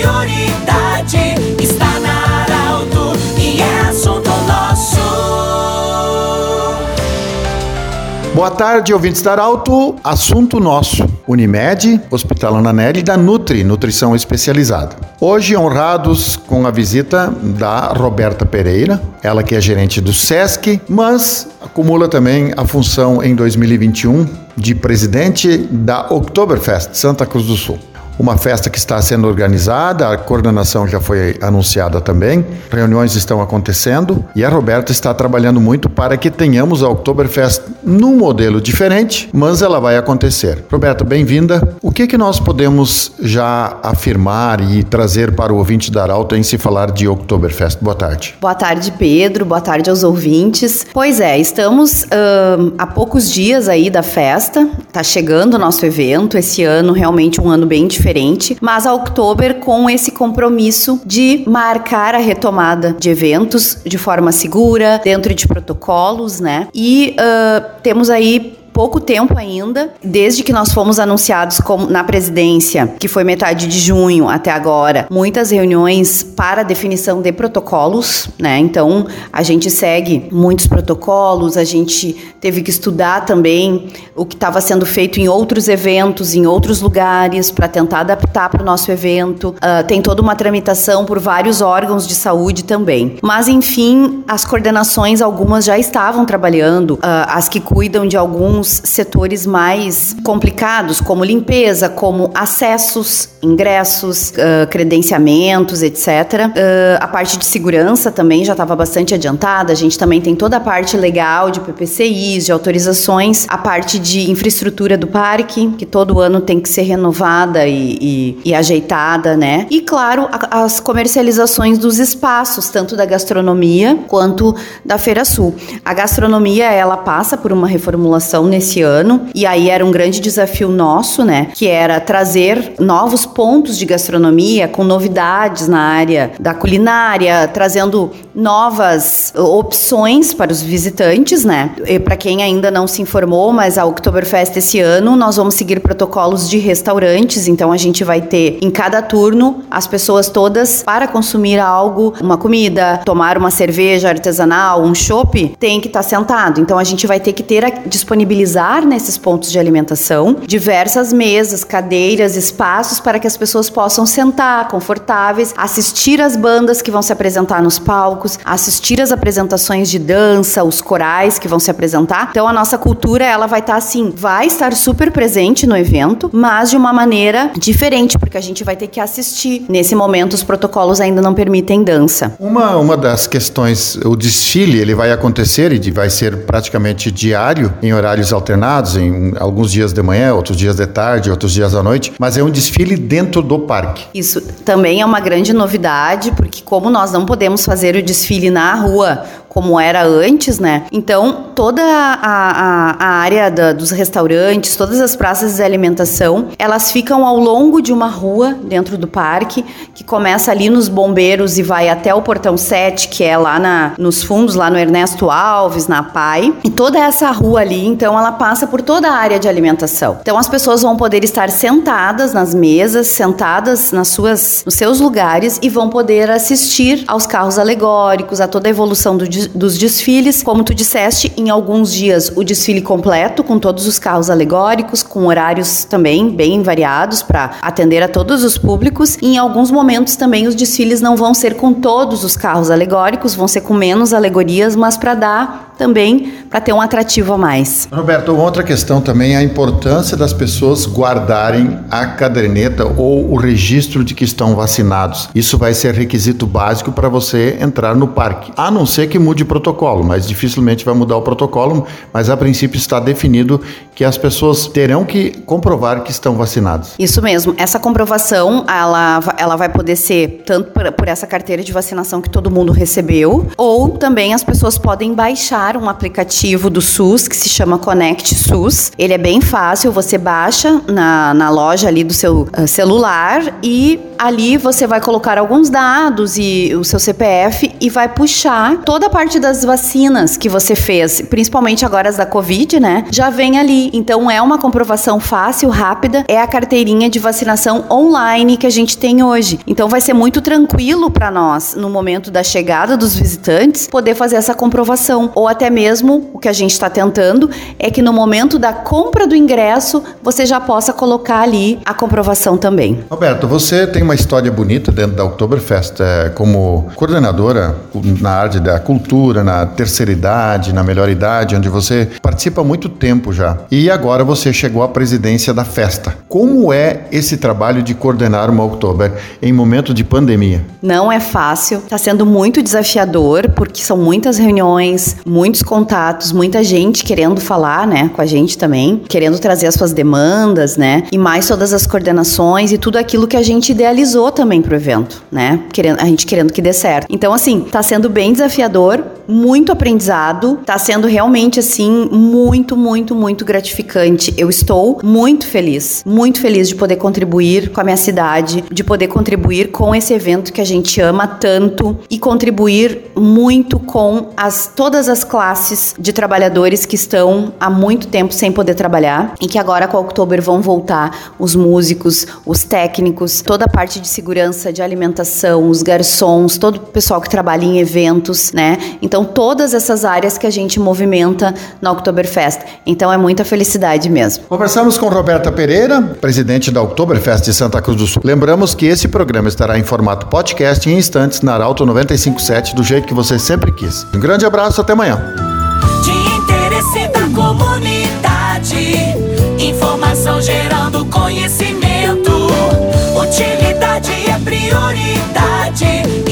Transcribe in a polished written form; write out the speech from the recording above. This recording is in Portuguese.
prioridade está na Arauto e é assunto nosso. Boa tarde, ouvintes da Arauto. Assunto nosso. Unimed, Hospital Ana Nery, da Nutri, Nutrição Especializada. Hoje honrados com a visita da Roberta Pereira, ela que é gerente do SESC, mas acumula também a função em 2021 de presidente da Oktoberfest Santa Cruz do Sul. Uma festa que está sendo organizada, a coordenação já foi anunciada também, reuniões estão acontecendo e a Roberta está trabalhando muito para que tenhamos a Oktoberfest num modelo diferente, mas ela vai acontecer. Roberta, bem-vinda. O que nós podemos já afirmar e trazer para o ouvinte da Arauto em se falar de Oktoberfest? Boa tarde. Boa tarde, Pedro. Boa tarde aos ouvintes. Pois é, estamos há poucos dias aí da festa, está chegando o nosso evento, esse ano realmente um ano bem diferente, mas a Oktober com esse compromisso de marcar a retomada de eventos de forma segura, dentro de protocolos, né? E temos aí pouco tempo ainda, desde que nós fomos anunciados na presidência, que foi metade de junho até agora, muitas reuniões para definição de protocolos, né? Então, a gente segue muitos protocolos, a gente teve que estudar também o que estava sendo feito em outros eventos, em outros lugares, para tentar adaptar para o nosso evento. Tem toda uma tramitação por vários órgãos de saúde também. Mas, enfim, as coordenações, algumas já estavam trabalhando, as que cuidam de alguns setores mais complicados, como limpeza, como acessos, ingressos, credenciamentos, etc. A parte de segurança também já estava bastante adiantada. A gente também tem toda a parte legal de PPCIs, de autorizações, a parte de infraestrutura do parque, que todo ano tem que ser renovada e ajeitada, né? E, claro, as comercializações dos espaços, tanto da gastronomia quanto da Feira Sul. A gastronomia, ela passa por uma reformulação nesse ano, e aí era um grande desafio nosso, né, que era trazer novos pontos de gastronomia com novidades na área da culinária, trazendo novas opções para os visitantes, né. E para quem ainda não se informou, mas a Oktoberfest esse ano nós vamos seguir protocolos de restaurantes, então a gente vai ter em cada turno as pessoas todas para consumir algo, uma comida, tomar uma cerveja artesanal, um chopp, tem que estar sentado. Então a gente vai ter que ter disponibilizar nesses pontos de alimentação diversas mesas, cadeiras, espaços para que as pessoas possam sentar confortáveis, assistir às bandas que vão se apresentar nos palcos, assistir às apresentações de dança, os corais que vão se apresentar. Então a nossa cultura, ela vai estar assim, vai estar super presente no evento, mas de uma maneira diferente, porque a gente vai ter que assistir. Nesse momento os protocolos ainda não permitem dança. Uma das questões, o desfile, ele vai acontecer e vai ser praticamente diário, em horários alternados, em alguns dias de manhã, outros dias de tarde, outros dias à noite, mas é um desfile dentro do parque. Isso também é uma grande novidade, porque como nós não podemos fazer o desfile na rua como era antes, né? Então, toda a área dos restaurantes, todas as praças de alimentação, elas ficam ao longo de uma rua dentro do parque, que começa ali nos Bombeiros e vai até o Portão 7, que é lá nos fundos, lá no Ernesto Alves, na PAI. E toda essa rua ali, então, ela passa por toda a área de alimentação. Então, as pessoas vão poder estar sentadas nas mesas, sentadas nos seus lugares e vão poder assistir aos carros alegóricos, a toda a evolução dos desfiles. Como tu disseste, em alguns dias o desfile completo, com todos os carros alegóricos, com horários também bem variados para atender a todos os públicos. E em alguns momentos também os desfiles não vão ser com todos os carros alegóricos, vão ser com menos alegorias, mas para dar também, para ter um atrativo a mais. Roberto, outra questão também é a importância das pessoas guardarem a caderneta ou o registro de que estão vacinados. Isso vai ser requisito básico para você entrar no parque, a não ser que mude o protocolo, mas dificilmente vai mudar o protocolo, mas a princípio está definido que as pessoas terão que comprovar que estão vacinadas. Isso mesmo, essa comprovação, ela vai poder ser tanto por essa carteira de vacinação que todo mundo recebeu, ou também as pessoas podem baixar um aplicativo do SUS que se chama Conect SUS. Ele é bem fácil, você baixa na loja ali do seu celular e ali você vai colocar alguns dados e o seu CPF e vai puxar toda a parte das vacinas que você fez, principalmente agora as da Covid, né? Já vem ali. Então é uma comprovação fácil, rápida, é a carteirinha de vacinação online que a gente tem hoje. Então vai ser muito tranquilo para nós, no momento da chegada dos visitantes, poder fazer essa comprovação. Ou até mesmo, o que a gente está tentando é que no momento da compra do ingresso, você já possa colocar ali a comprovação também. Roberto, você tem uma história bonita dentro da Oktoberfest, como coordenadora na área da cultura, na terceira idade, na melhor idade, onde você participa há muito tempo já. E agora você chegou à presidência da festa. Como é esse trabalho de coordenar uma Oktober em momento de pandemia? Não é fácil, está sendo muito desafiador, porque são muitas reuniões, muitos contatos, muita gente querendo falar, né, com a gente também, querendo trazer as suas demandas, né, e mais todas as coordenações e tudo aquilo que a gente idealizou também pro evento, né, a gente querendo que dê certo. Então, assim, tá sendo bem desafiador, muito aprendizado, tá sendo realmente, assim, muito, muito, muito gratificante. Eu estou muito feliz de poder contribuir com a minha cidade, de poder contribuir com esse evento que a gente ama tanto e contribuir muito com todas as classes de trabalhadores que estão há muito tempo sem poder trabalhar e que agora com a Oktober vão voltar, os músicos, os técnicos, toda a parte de segurança, de alimentação, os garçons, todo o pessoal que trabalha em eventos, né? Então, todas essas áreas que a gente movimenta na Oktoberfest. Então, é muita felicidade mesmo. Conversamos com Roberta Pereira, presidente da Oktoberfest de Santa Cruz do Sul. Lembramos que esse programa estará em formato podcast em instantes na Arauto 95.7, do jeito que você sempre quis. Um grande abraço, até amanhã. De interesse da comunidade, informação gerando conhecimento. Utilidade é prioridade.